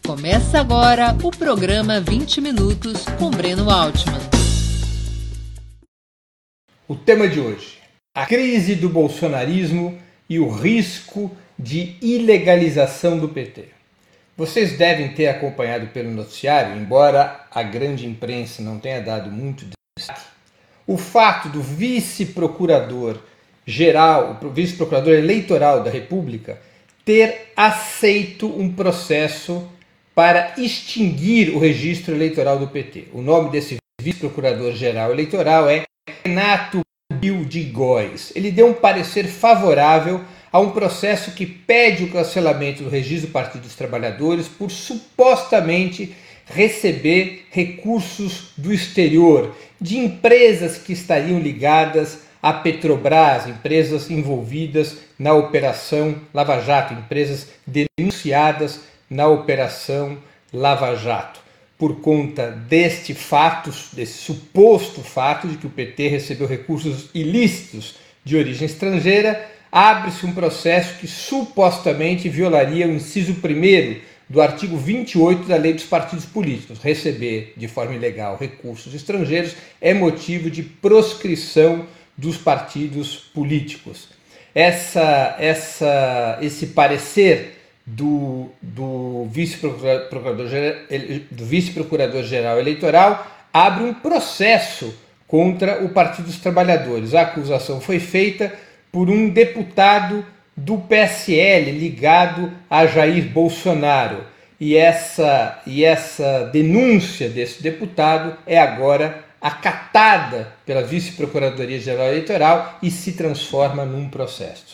Começa agora o programa 20 Minutos com Breno Altman. O tema de hoje: a crise do bolsonarismo e o risco de ilegalização do PT. Vocês devem ter acompanhado pelo noticiário, embora a grande imprensa não tenha dado muito destaque, o fato do vice-procurador-geral, o vice-procurador eleitoral da República, ter aceito um processo para extinguir o registro eleitoral do PT. O nome desse vice-procurador-geral eleitoral é Renato de Góes. Ele deu um parecer favorável a um processo que pede o cancelamento do registro do Partido dos Trabalhadores por supostamente receber recursos do exterior, de empresas que estariam ligadas à Petrobras, empresas envolvidas na Operação Lava Jato, empresas denunciadas na Operação Lava Jato. Por conta deste suposto fato de que o PT recebeu recursos ilícitos de origem estrangeira, abre-se um processo que supostamente violaria o inciso 1º do artigo 28 da Lei dos Partidos Políticos. Receber de forma ilegal recursos estrangeiros é motivo de proscrição dos partidos políticos. Esse parecer do vice-procurador-geral eleitoral abre um processo contra o Partido dos Trabalhadores. A acusação foi feita por um deputado do PSL ligado a Jair Bolsonaro. E essa denúncia desse deputado é agora acatada pela Vice-Procuradoria-Geral Eleitoral e se transforma num processo.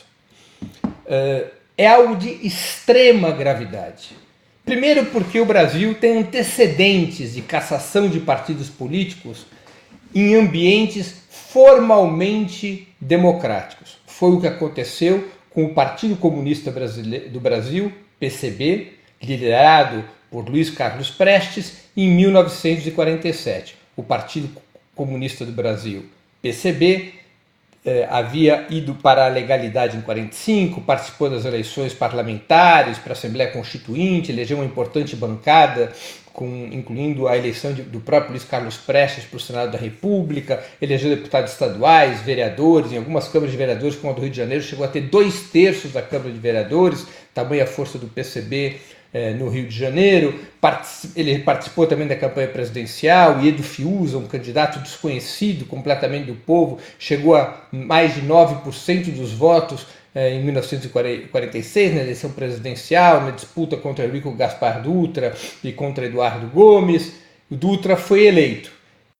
É algo de extrema gravidade. Primeiro porque o Brasil tem antecedentes de cassação de partidos políticos em ambientes formalmente democráticos. Foi o que aconteceu com o Partido Comunista do Brasil, PCB, liderado por Luiz Carlos Prestes, em 1947. O Partido Comunista do Brasil, PCB, havia ido para a legalidade em 1945, participou das eleições parlamentares para a Assembleia Constituinte, elegeu uma importante bancada, incluindo a eleição do próprio Luiz Carlos Prestes para o Senado da República, elegeu deputados estaduais, vereadores, em algumas câmaras de vereadores, como a do Rio de Janeiro, chegou a ter 2/3 da Câmara de Vereadores, tamanha força do PCB no Rio de Janeiro. Ele participou também da campanha presidencial. Iedo Fiuza, um candidato desconhecido completamente do povo, chegou a mais de 9% dos votos em 1946, na eleição presidencial, na disputa contra Eurico Gaspar Dutra e contra Eduardo Gomes. O Dutra foi eleito.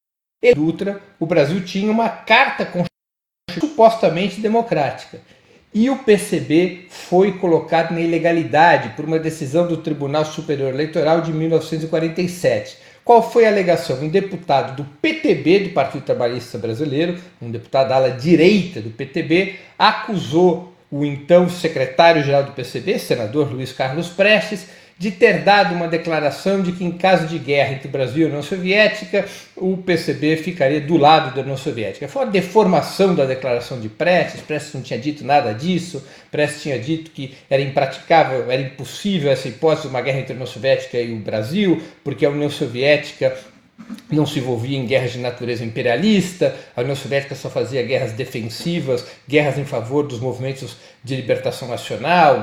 O Brasil tinha uma carta constitucional supostamente democrática. E o PCB foi colocado na ilegalidade por uma decisão do Tribunal Superior Eleitoral de 1947. Qual foi a alegação? Um deputado do PTB, do Partido Trabalhista Brasileiro, um deputado da ala direita do PTB, acusou o então secretário-geral do PCB, senador Luiz Carlos Prestes, de ter dado uma declaração de que em caso de guerra entre o Brasil e a União Soviética, o PCB ficaria do lado da União Soviética. Foi uma deformação da declaração de Prestes. Prestes não tinha dito nada disso. Prestes tinha dito que era impraticável, era impossível essa hipótese de uma guerra entre a União Soviética e o Brasil, porque a União Soviética não se envolvia em guerras de natureza imperialista, a União Soviética só fazia guerras defensivas, guerras em favor dos movimentos de libertação nacional,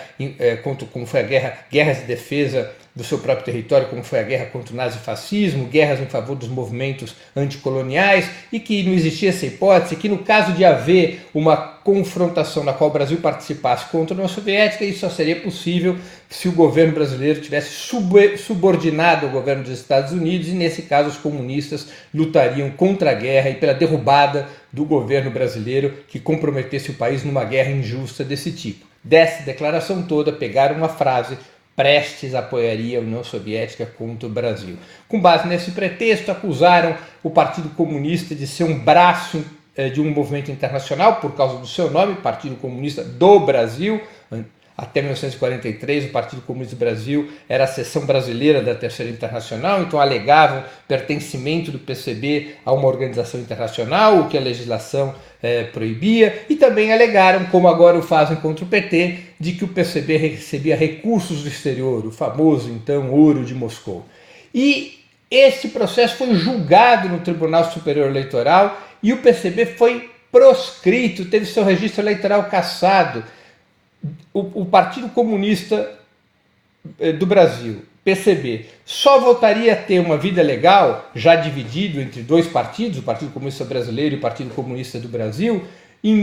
guerras de defesa do seu próprio território, como foi a guerra contra o nazifascismo, guerras em favor dos movimentos anticoloniais, e que não existia essa hipótese, que no caso de haver uma confrontação na qual o Brasil participasse contra a União Soviética, isso só seria possível se o governo brasileiro tivesse subordinado ao governo dos Estados Unidos, e nesse caso os comunistas lutariam contra a guerra e pela derrubada do governo brasileiro que comprometesse o país numa guerra injusta desse tipo. Dessa declaração toda, pegaram uma frase: Prestes apoiaria a União Soviética contra o Brasil. Com base nesse pretexto, acusaram o Partido Comunista de ser um braço de um movimento internacional, por causa do seu nome, Partido Comunista do Brasil, Até 1943, o Partido Comunista do Brasil era a seção brasileira da Terceira Internacional, então alegavam pertencimento do PCB a uma organização internacional, o que a legislação proibia, e também alegaram, como agora o fazem contra o PT, de que o PCB recebia recursos do exterior, o famoso, então, ouro de Moscou. E este processo foi julgado no Tribunal Superior Eleitoral e o PCB foi proscrito, teve seu registro eleitoral cassado. O Partido Comunista do Brasil, PCB, só voltaria a ter uma vida legal, já dividido entre dois partidos, o Partido Comunista Brasileiro e o Partido Comunista do Brasil, em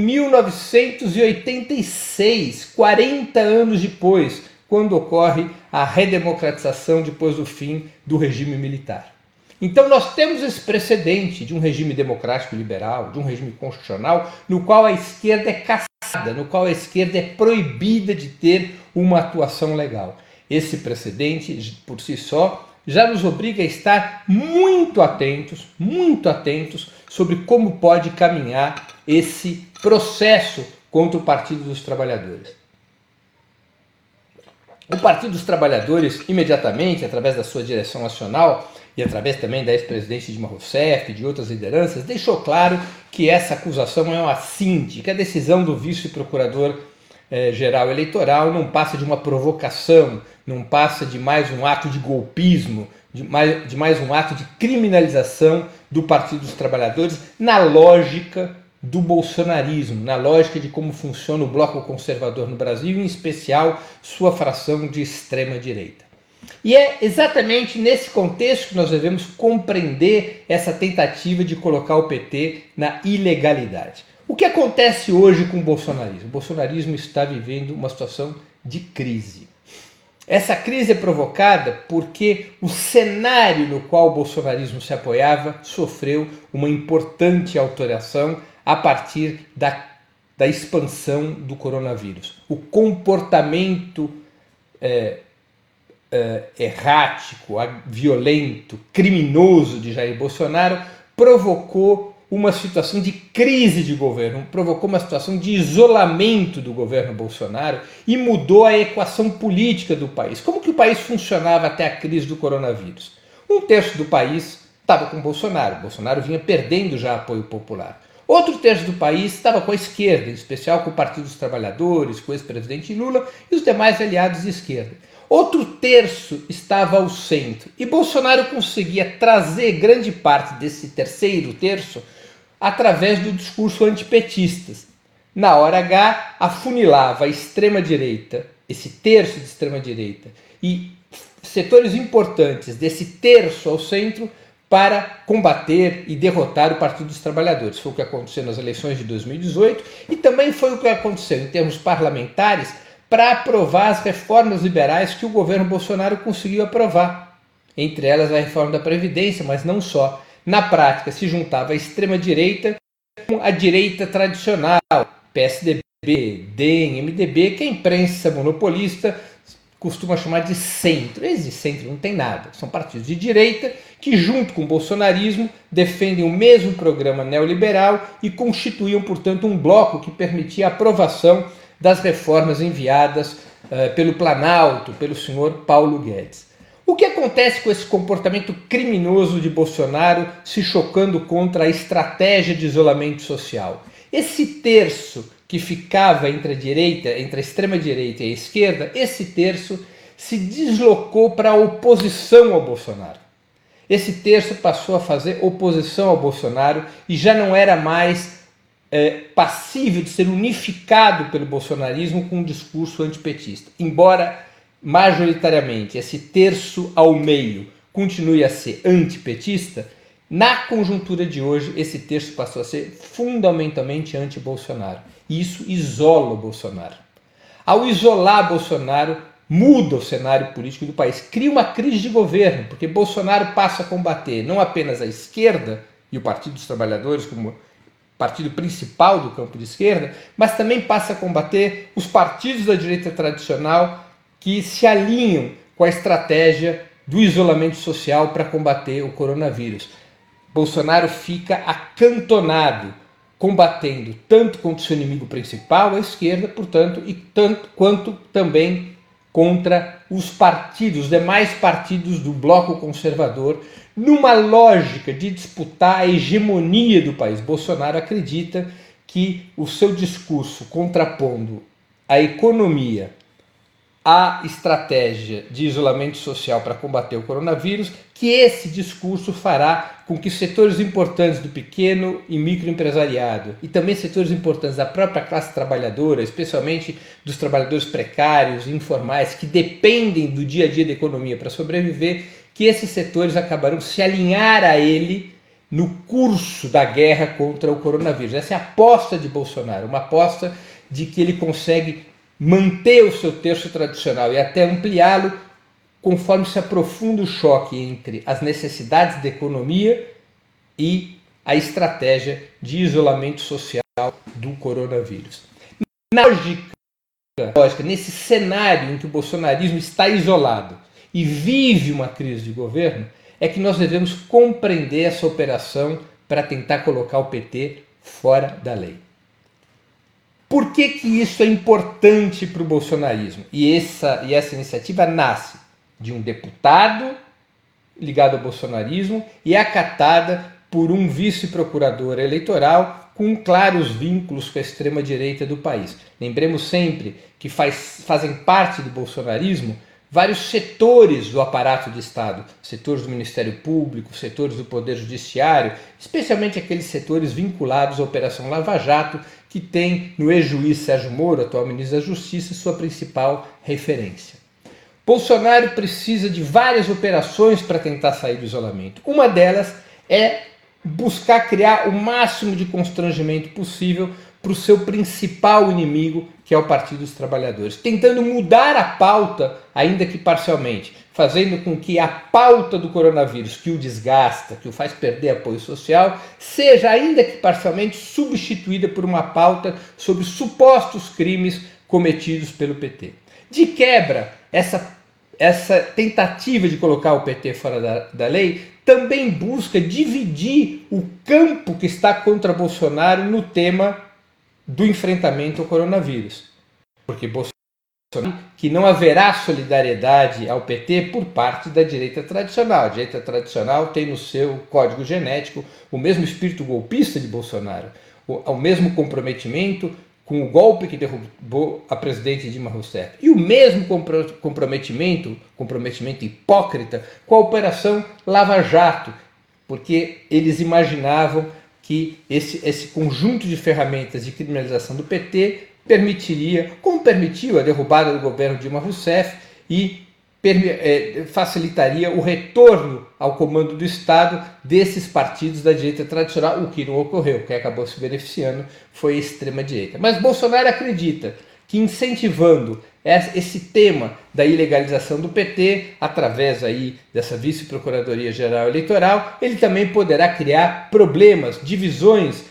1986, 40 anos depois, quando ocorre a redemocratização depois do fim do regime militar. Então nós temos esse precedente de um regime democrático liberal, de um regime constitucional, no qual a esquerda é caçada, no qual a esquerda é proibida de ter uma atuação legal. Esse precedente, por si só, já nos obriga a estar muito atentos sobre como pode caminhar esse processo contra o Partido dos Trabalhadores. O Partido dos Trabalhadores, imediatamente, através da sua direção nacional e através também da ex-presidente Dilma Rousseff e de outras lideranças, deixou claro que essa acusação é uma assinte, que a decisão do vice-procurador-geral eleitoral não passa de uma provocação, não passa de mais um ato de golpismo, de mais um ato de criminalização do Partido dos Trabalhadores na lógica do bolsonarismo, na lógica de como funciona o bloco conservador no Brasil, em especial sua fração de extrema-direita. E é exatamente nesse contexto que nós devemos compreender essa tentativa de colocar o PT na ilegalidade. O que acontece hoje com o bolsonarismo? O bolsonarismo está vivendo uma situação de crise. Essa crise é provocada porque o cenário no qual o bolsonarismo se apoiava sofreu uma importante alteração a partir da expansão do coronavírus. O comportamento errático, violento, criminoso de Jair Bolsonaro provocou uma situação de crise de governo, provocou uma situação de isolamento do governo Bolsonaro e mudou a equação política do país. Como que o país funcionava até a crise do coronavírus? Um terço do país estava com Bolsonaro. Bolsonaro vinha perdendo já apoio popular. Outro terço do país estava com a esquerda, em especial com o Partido dos Trabalhadores, com o ex-presidente Lula e os demais aliados de esquerda. Outro terço estava ao centro. E Bolsonaro conseguia trazer grande parte desse terceiro terço através do discurso antipetista. Na hora H, afunilava a extrema-direita, esse terço de extrema-direita, e setores importantes desse terço ao centro para combater e derrotar o Partido dos Trabalhadores. Foi o que aconteceu nas eleições de 2018 e também foi o que aconteceu em termos parlamentares para aprovar as reformas liberais que o governo Bolsonaro conseguiu aprovar. Entre elas a reforma da Previdência, mas não só. Na prática, se juntava a extrema-direita com a direita tradicional, PSDB, DEM, MDB, que a imprensa monopolista costuma chamar de centro. Esse centro não tem nada. São partidos de direita que, junto com o bolsonarismo, defendem o mesmo programa neoliberal e constituíam, portanto, um bloco que permitia a aprovação das reformas enviadas pelo Planalto, pelo senhor Paulo Guedes. O que acontece com esse comportamento criminoso de Bolsonaro se chocando contra a estratégia de isolamento social? Esse terço que ficava entre a extrema-direita e a esquerda, esse terço se deslocou para a oposição ao Bolsonaro. Esse terço passou a fazer oposição ao Bolsonaro e já não era mais passível de ser unificado pelo bolsonarismo com um discurso antipetista. Embora majoritariamente esse terço ao meio continue a ser antipetista, na conjuntura de hoje esse terço passou a ser fundamentalmente anti-Bolsonaro. E isso isola o Bolsonaro. Ao isolar Bolsonaro, muda o cenário político do país, cria uma crise de governo, porque Bolsonaro passa a combater não apenas a esquerda e o Partido dos Trabalhadores como partido principal do campo de esquerda, mas também passa a combater os partidos da direita tradicional que se alinham com a estratégia do isolamento social para combater o coronavírus. Bolsonaro fica acantonado combatendo tanto contra o seu inimigo principal, a esquerda, portanto, e tanto quanto também contra os demais partidos do bloco conservador, numa lógica de disputar a hegemonia do país. Bolsonaro acredita que o seu discurso contrapondo a economia à estratégia de isolamento social para combater o coronavírus, que esse discurso fará com que setores importantes do pequeno e microempresariado e também setores importantes da própria classe trabalhadora, especialmente dos trabalhadores precários e informais que dependem do dia a dia da economia para sobreviver, que esses setores acabarão se alinhar a ele no curso da guerra contra o coronavírus. Essa é a aposta de Bolsonaro, uma aposta de que ele consegue manter o seu terço tradicional e até ampliá-lo conforme se aprofunda o choque entre as necessidades da economia e a estratégia de isolamento social do coronavírus. Na lógica, nesse cenário em que o bolsonarismo está isolado e vive uma crise de governo, é que nós devemos compreender essa operação para tentar colocar o PT fora da lei. Por que isso é importante para o bolsonarismo? E essa iniciativa nasce de um deputado ligado ao bolsonarismo e é acatada por um vice-procurador eleitoral com claros vínculos com a extrema-direita do país. Lembremos sempre que fazem parte do bolsonarismo vários setores do aparato de Estado, setores do Ministério Público, setores do Poder Judiciário, especialmente aqueles setores vinculados à Operação Lava Jato, que tem no ex-juiz Sérgio Moro, atual ministro da Justiça, sua principal referência. Bolsonaro precisa de várias operações para tentar sair do isolamento. Uma delas é buscar criar o máximo de constrangimento possível para o seu principal inimigo, que é o Partido dos Trabalhadores, tentando mudar a pauta, ainda que parcialmente, fazendo com que a pauta do coronavírus, que o desgasta, que o faz perder apoio social, seja, ainda que parcialmente, substituída por uma pauta sobre supostos crimes cometidos pelo PT. De quebra, essa tentativa de colocar o PT fora da lei também busca dividir o campo que está contra Bolsonaro no tema do enfrentamento ao coronavírus. Porque Bolsonaro que não haverá solidariedade ao PT por parte da direita tradicional. A direita tradicional tem no seu código genético o mesmo espírito golpista de Bolsonaro, o mesmo comprometimento com o golpe que derrubou a presidente Dilma Rousseff e o mesmo comprometimento hipócrita com a Operação Lava Jato, porque eles imaginavam que esse conjunto de ferramentas de criminalização do PT permitiria, como permitiu a derrubada do governo Dilma Rousseff e facilitaria o retorno ao comando do Estado desses partidos da direita tradicional, o que não ocorreu. Quem acabou se beneficiando foi a extrema-direita. Mas Bolsonaro acredita que incentivando esse tema da ilegalização do PT, através aí dessa vice-procuradoria-geral eleitoral, ele também poderá criar problemas, divisões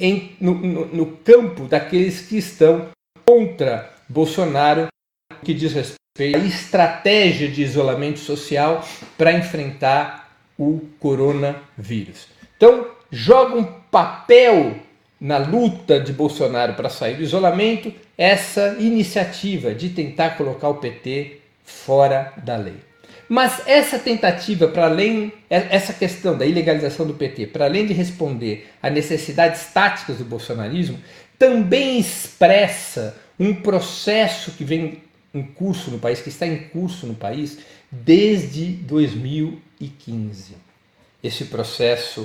no campo daqueles que estão contra Bolsonaro, que diz respeito à estratégia de isolamento social para enfrentar o coronavírus. Então, joga um papel na luta de Bolsonaro para sair do isolamento essa iniciativa de tentar colocar o PT fora da lei. Mas essa tentativa, para além, essa questão da ilegalização do PT, para além de responder a necessidades táticas do bolsonarismo, também expressa um processo que vem em curso no país, que está em curso no país desde 2015. Esse processo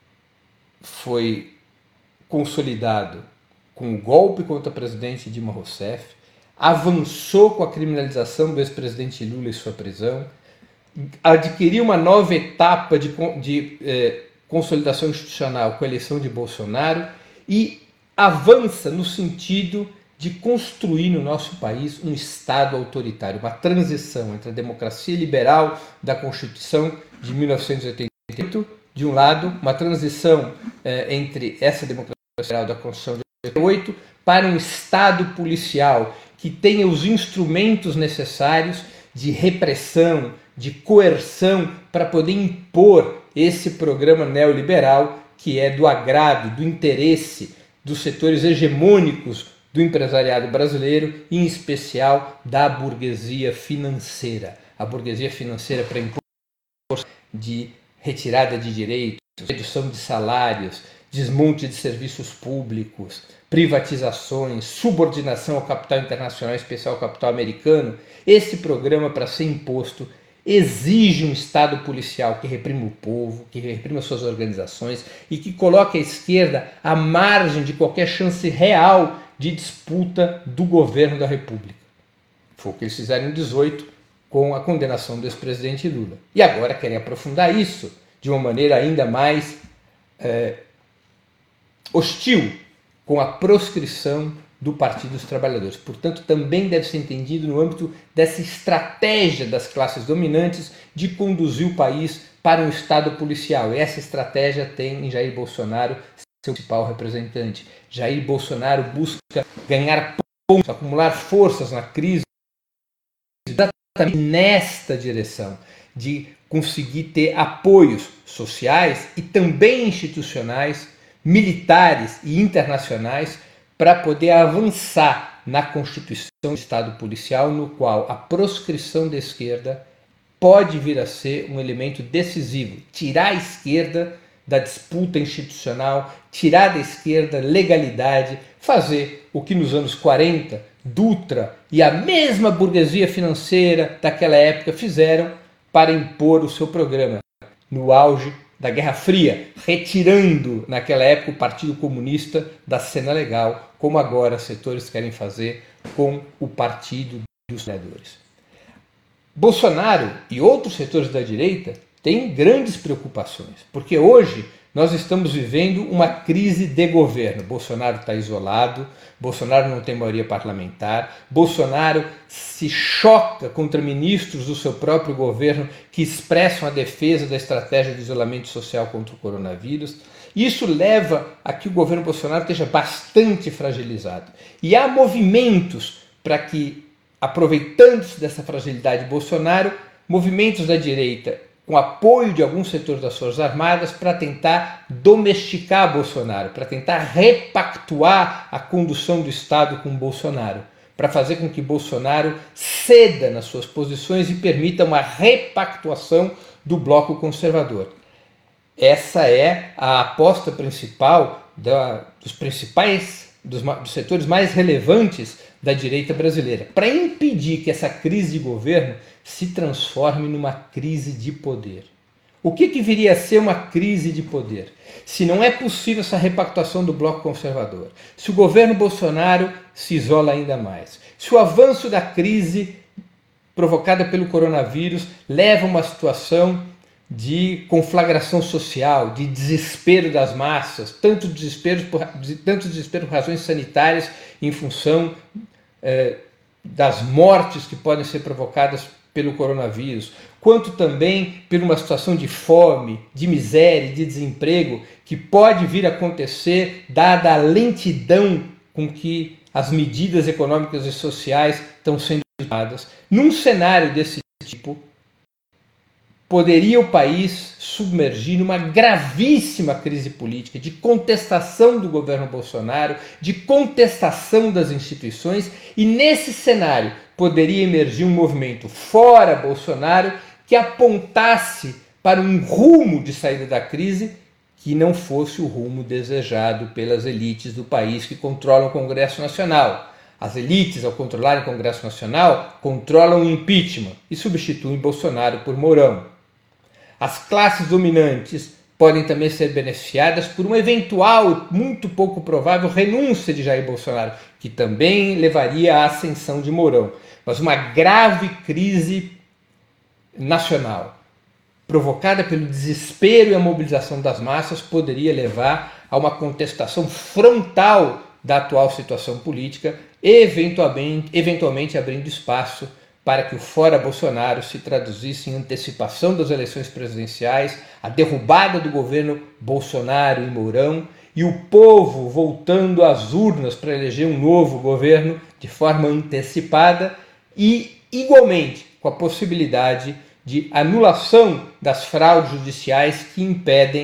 foi consolidado com o golpe contra a presidente Dilma Rousseff, avançou com a criminalização do ex-presidente Lula e sua prisão, adquiriu uma nova etapa de consolidação institucional com a eleição de Bolsonaro e avança no sentido de construir no nosso país um Estado autoritário, uma transição entre a democracia liberal da Constituição de 1988, de um lado, uma transição entre essa democracia liberal da Constituição de 88 para um Estado policial que tenha os instrumentos necessários de repressão, de coerção, para poder impor esse programa neoliberal que é do agrado, do interesse dos setores hegemônicos do empresariado brasileiro, em especial da burguesia financeira. A burguesia financeira para impor de retirada de direitos, redução de salários, desmonte de serviços públicos, privatizações, subordinação ao capital internacional, em especial ao capital americano. Esse programa, para ser imposto, exige um Estado policial que reprima o povo, que reprima suas organizações e que coloque a esquerda à margem de qualquer chance real de disputa do governo da República. Foi o que eles fizeram em 2018 com a condenação do ex-presidente Lula. E agora querem aprofundar isso de uma maneira ainda mais hostil, com a proscrição do Partido dos Trabalhadores. Portanto, também deve ser entendido no âmbito dessa estratégia das classes dominantes de conduzir o país para um Estado policial. E essa estratégia tem em Jair Bolsonaro seu principal representante. Jair Bolsonaro busca ganhar pontos, acumular forças na crise, exatamente nesta direção, de conseguir ter apoios sociais e também institucionais, militares e internacionais, para poder avançar na constituição do Estado policial, no qual a proscrição da esquerda pode vir a ser um elemento decisivo. Tirar a esquerda da disputa institucional, tirar da esquerda legalidade, fazer o que nos anos 40 Dutra e a mesma burguesia financeira daquela época fizeram para impor o seu programa no auge da Guerra Fria, retirando naquela época o Partido Comunista da cena legal, como agora setores querem fazer com o Partido dos Trabalhadores. Bolsonaro e outros setores da direita têm grandes preocupações, porque hoje nós estamos vivendo uma crise de governo. Bolsonaro está isolado, Bolsonaro não tem maioria parlamentar, Bolsonaro se choca contra ministros do seu próprio governo que expressam a defesa da estratégia de isolamento social contra o coronavírus. Isso leva a que o governo Bolsonaro esteja bastante fragilizado. E há movimentos para que, aproveitando-se dessa fragilidade de Bolsonaro, movimentos da direita com apoio de alguns setores das Forças Armadas para tentar domesticar Bolsonaro, para tentar repactuar a condução do Estado com Bolsonaro, para fazer com que Bolsonaro ceda nas suas posições e permita uma repactuação do bloco conservador. Essa é a aposta principal dos setores mais relevantes da direita brasileira, para impedir que essa crise de governo se transforme numa crise de poder. O que viria a ser uma crise de poder? Se não é possível essa repactuação do bloco conservador, se o governo Bolsonaro se isola ainda mais, se o avanço da crise provocada pelo coronavírus leva a uma situação de conflagração social, de desespero das massas, tanto desespero por razões sanitárias em função das mortes que podem ser provocadas pelo coronavírus, quanto também por uma situação de fome, de miséria e de desemprego que pode vir a acontecer dada a lentidão com que as medidas econômicas e sociais estão sendo tomadas. Num cenário desse tipo, poderia o país submergir numa gravíssima crise política de contestação do governo Bolsonaro, de contestação das instituições, e nesse cenário poderia emergir um movimento fora Bolsonaro que apontasse para um rumo de saída da crise que não fosse o rumo desejado pelas elites do país que controlam o Congresso Nacional. As elites, ao controlarem o Congresso Nacional, controlam o impeachment e substituem Bolsonaro por Mourão. As classes dominantes podem também ser beneficiadas por uma eventual, muito pouco provável, renúncia de Jair Bolsonaro, que também levaria à ascensão de Mourão. Mas uma grave crise nacional, provocada pelo desespero e a mobilização das massas, poderia levar a uma contestação frontal da atual situação política, eventualmente abrindo espaço para que o fora Bolsonaro se traduzisse em antecipação das eleições presidenciais, a derrubada do governo Bolsonaro e Mourão e o povo voltando às urnas para eleger um novo governo de forma antecipada e, igualmente, com a possibilidade de anulação das fraudes judiciais que impedem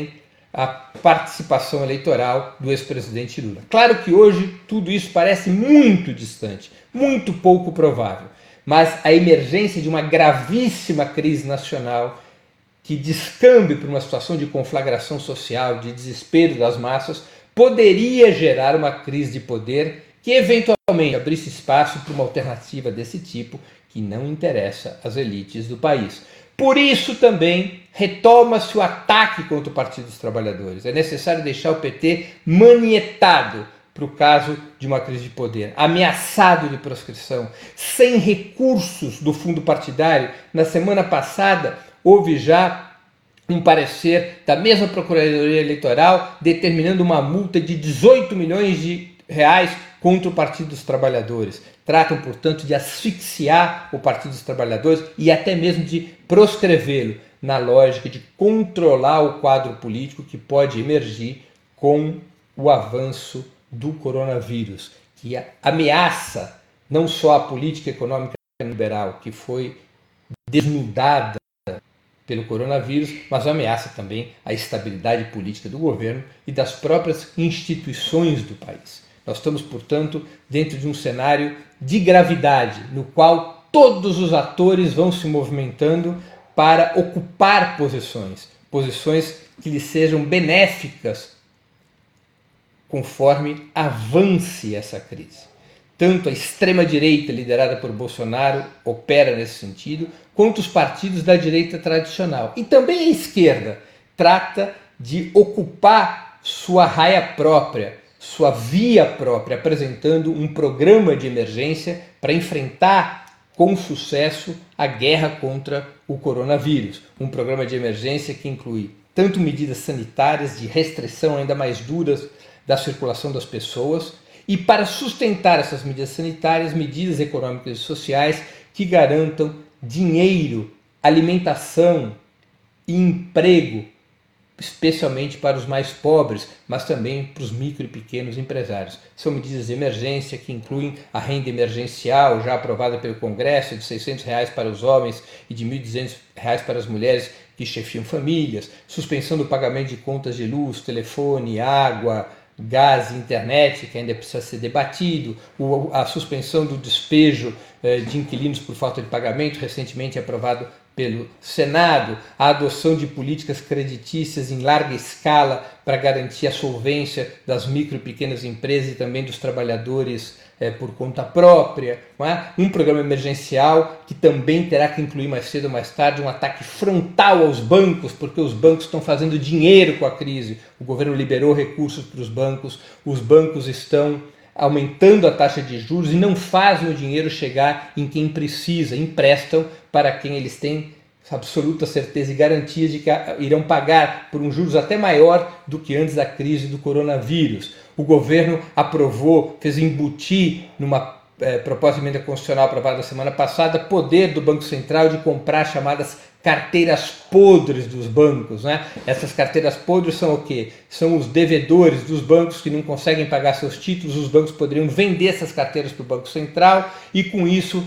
a participação eleitoral do ex-presidente Lula. Claro que hoje tudo isso parece muito distante, muito pouco provável, mas a emergência de uma gravíssima crise nacional que descambe para uma situação de conflagração social, de desespero das massas, poderia gerar uma crise de poder que eventualmente abrisse espaço para uma alternativa desse tipo que não interessa às elites do país. Por isso também retoma-se o ataque contra o Partido dos Trabalhadores. É necessário deixar o PT manietado para o caso de uma crise de poder, ameaçado de proscrição, sem recursos do fundo partidário. Na semana passada houve já um parecer da mesma Procuradoria Eleitoral determinando uma multa de 18 milhões de reais contra o Partido dos Trabalhadores. Tratam, portanto, de asfixiar o Partido dos Trabalhadores e até mesmo de proscrevê-lo, na lógica de controlar o quadro político que pode emergir com o avanço do coronavírus, que ameaça não só a política econômica liberal, que foi desnudada pelo coronavírus, mas ameaça também a estabilidade política do governo e das próprias instituições do país. Nós estamos, portanto, dentro de um cenário de gravidade, no qual todos os atores vão se movimentando para ocupar posições que lhes sejam benéficas conforme avance essa crise. Tanto a extrema-direita, liderada por Bolsonaro, opera nesse sentido, quanto os partidos da direita tradicional. E também a esquerda trata de ocupar sua raia própria, sua via própria, apresentando um programa de emergência para enfrentar com sucesso a guerra contra o coronavírus. Um programa de emergência que inclui tanto medidas sanitárias de restrição ainda mais duras da circulação das pessoas, e para sustentar essas medidas sanitárias, medidas econômicas e sociais que garantam dinheiro, alimentação e emprego, especialmente para os mais pobres, mas também para os micro e pequenos empresários. São medidas de emergência que incluem a renda emergencial, já aprovada pelo Congresso, de R$ 600 para os homens e de R$ 1.200 para as mulheres que chefiam famílias, suspensão do pagamento de contas de luz, telefone, água, gás e internet, que ainda precisa ser debatido, a suspensão do despejo de inquilinos por falta de pagamento, recentemente aprovado pelo Senado, a adoção de políticas creditícias em larga escala para garantir a solvência das micro e pequenas empresas e também dos trabalhadores por conta própria, não é? Um programa emergencial que também terá que incluir mais cedo ou mais tarde um ataque frontal aos bancos, porque os bancos estão fazendo dinheiro com a crise. O governo liberou recursos para os bancos estão aumentando a taxa de juros e não fazem o dinheiro chegar em quem precisa, emprestam para quem eles têm absoluta certeza e garantia de que irão pagar por um juros até maior do que antes da crise do coronavírus. O governo aprovou, fez embutir numa proposta de emenda constitucional aprovada na semana passada, poder do Banco Central de comprar chamadas carteiras podres dos bancos, né? Essas carteiras podres são o quê? São os devedores dos bancos que não conseguem pagar seus títulos. Os bancos poderiam vender essas carteiras para o Banco Central e com isso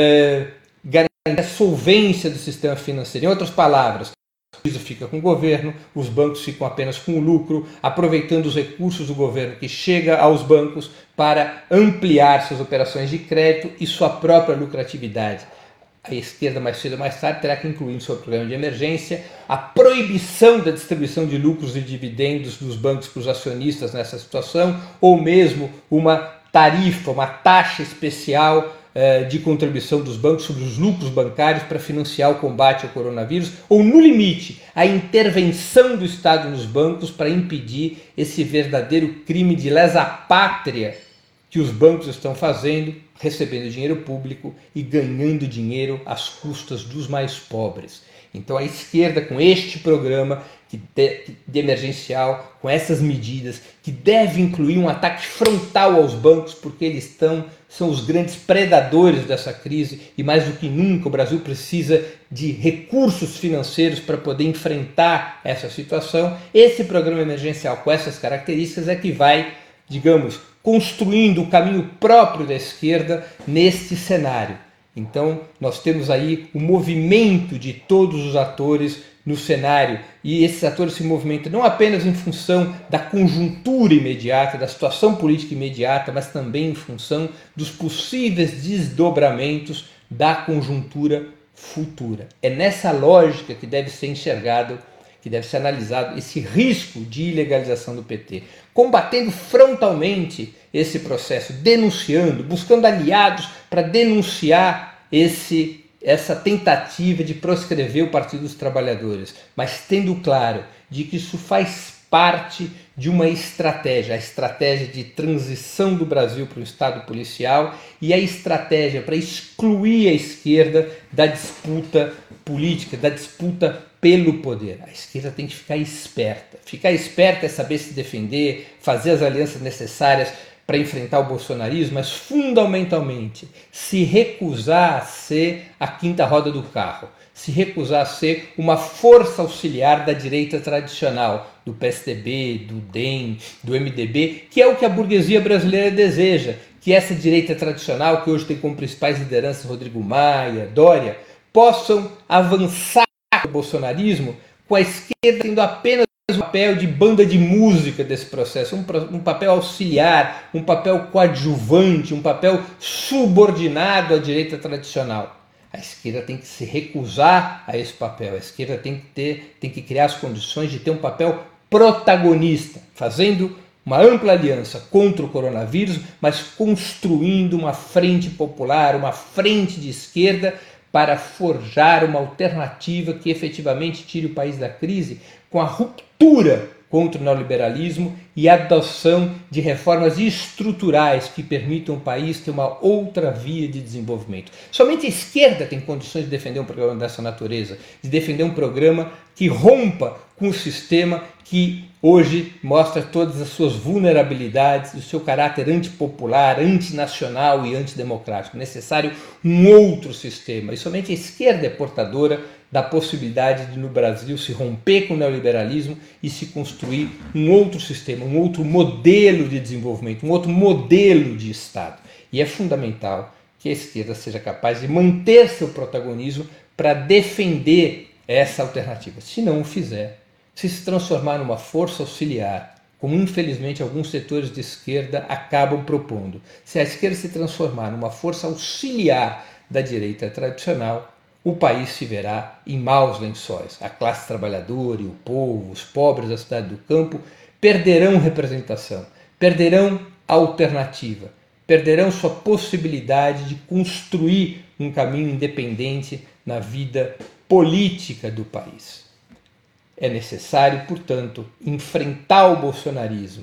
garantir a solvência do sistema financeiro. Em outras palavras, o juízo fica com o governo, os bancos ficam apenas com o lucro, aproveitando os recursos do governo que chega aos bancos para ampliar suas operações de crédito e sua própria lucratividade. A esquerda, mais cedo ou mais tarde, terá que incluir no seu programa de emergência a proibição da distribuição de lucros e dividendos dos bancos para os acionistas nessa situação, ou mesmo uma tarifa, uma taxa especial de contribuição dos bancos sobre os lucros bancários para financiar o combate ao coronavírus, ou, no limite, a intervenção do Estado nos bancos para impedir esse verdadeiro crime de lesa-pátria que os bancos estão fazendo, recebendo dinheiro público e ganhando dinheiro às custas dos mais pobres. Então a esquerda, com este programa de emergencial, com essas medidas, que deve incluir um ataque frontal aos bancos, porque eles são os grandes predadores dessa crise e mais do que nunca o Brasil precisa de recursos financeiros para poder enfrentar essa situação. Esse programa emergencial com essas características é que vai, digamos, construindo o caminho próprio da esquerda neste cenário. Então, nós temos aí o movimento de todos os atores no cenário, e esses atores se movimentam não apenas em função da conjuntura imediata, da situação política imediata, mas também em função dos possíveis desdobramentos da conjuntura futura. É nessa lógica que deve ser enxergado, que deve ser analisado esse risco de ilegalização do PT, combatendo frontalmente esse processo, denunciando, buscando aliados para denunciar essa tentativa de proscrever o Partido dos Trabalhadores, mas tendo claro de que isso faz parte de uma estratégia, a estratégia de transição do Brasil para um Estado policial e a estratégia para excluir a esquerda da disputa política, da disputa pelo poder. A esquerda tem que ficar esperta. Ficar esperta é saber se defender, fazer as alianças necessárias para enfrentar o bolsonarismo, mas fundamentalmente se recusar a ser a quinta roda do carro, se recusar a ser uma força auxiliar da direita tradicional, do PSDB, do DEM, do MDB, que é o que a burguesia brasileira deseja, que essa direita tradicional, que hoje tem como principais lideranças Rodrigo Maia, Dória, possam avançar o bolsonarismo com a esquerda tendo apenas o papel de banda de música desse processo, um papel auxiliar, um papel coadjuvante, um papel subordinado à direita tradicional. A esquerda tem que se recusar a esse papel, a esquerda tem que criar as condições de ter um papel protagonista, fazendo uma ampla aliança contra o coronavírus, mas construindo uma frente popular, uma frente de esquerda para forjar uma alternativa que efetivamente tire o país da crise com a ruptura contra o neoliberalismo e a adoção de reformas estruturais que permitam ao país ter uma outra via de desenvolvimento. Somente a esquerda tem condições de defender um programa dessa natureza, de defender um programa que rompa com o sistema que hoje mostra todas as suas vulnerabilidades, o seu caráter antipopular, antinacional e antidemocrático. É necessário um outro sistema, e somente a esquerda é portadora da possibilidade de no Brasil se romper com o neoliberalismo e se construir um outro sistema, um outro modelo de desenvolvimento, um outro modelo de Estado. E é fundamental que a esquerda seja capaz de manter seu protagonismo para defender essa alternativa. Se não o fizer, se transformar numa força auxiliar, como infelizmente alguns setores de esquerda acabam propondo, se a esquerda se transformar numa força auxiliar da direita tradicional, o país se verá em maus lençóis. A classe trabalhadora e o povo, os pobres da cidade do campo, perderão representação, perderão alternativa, perderão sua possibilidade de construir um caminho independente na vida política do país. É necessário, portanto, enfrentar o bolsonarismo,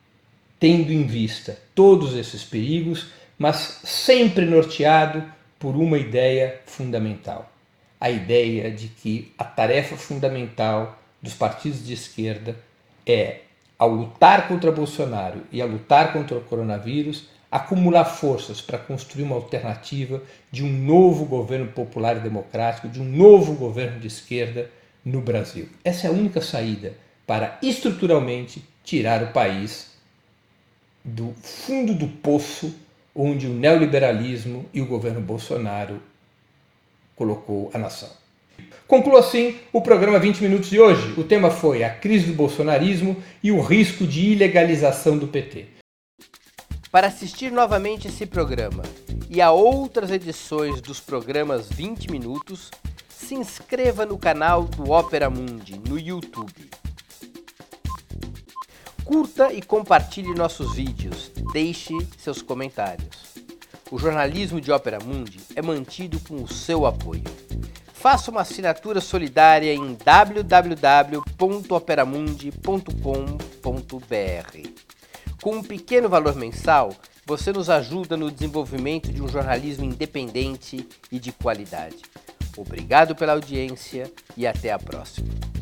tendo em vista todos esses perigos, mas sempre norteado por uma ideia fundamental. A ideia de que a tarefa fundamental dos partidos de esquerda é, ao lutar contra Bolsonaro e a lutar contra o coronavírus, acumular forças para construir uma alternativa de um novo governo popular e democrático, de um novo governo de esquerda no Brasil. Essa é a única saída para estruturalmente tirar o país do fundo do poço onde o neoliberalismo e o governo Bolsonaro colocou a nação. Concluo assim o programa 20 Minutos de hoje. O tema foi a crise do bolsonarismo e o risco de ilegalização do PT. Para assistir novamente esse programa e a outras edições dos programas 20 Minutos, se inscreva no canal do Opera Mundi no YouTube. Curta e compartilhe nossos vídeos, deixe seus comentários. O jornalismo de Opera Mundi é mantido com o seu apoio. Faça uma assinatura solidária em www.operamundi.com.br. Com um pequeno valor mensal, você nos ajuda no desenvolvimento de um jornalismo independente e de qualidade. Obrigado pela audiência e até a próxima.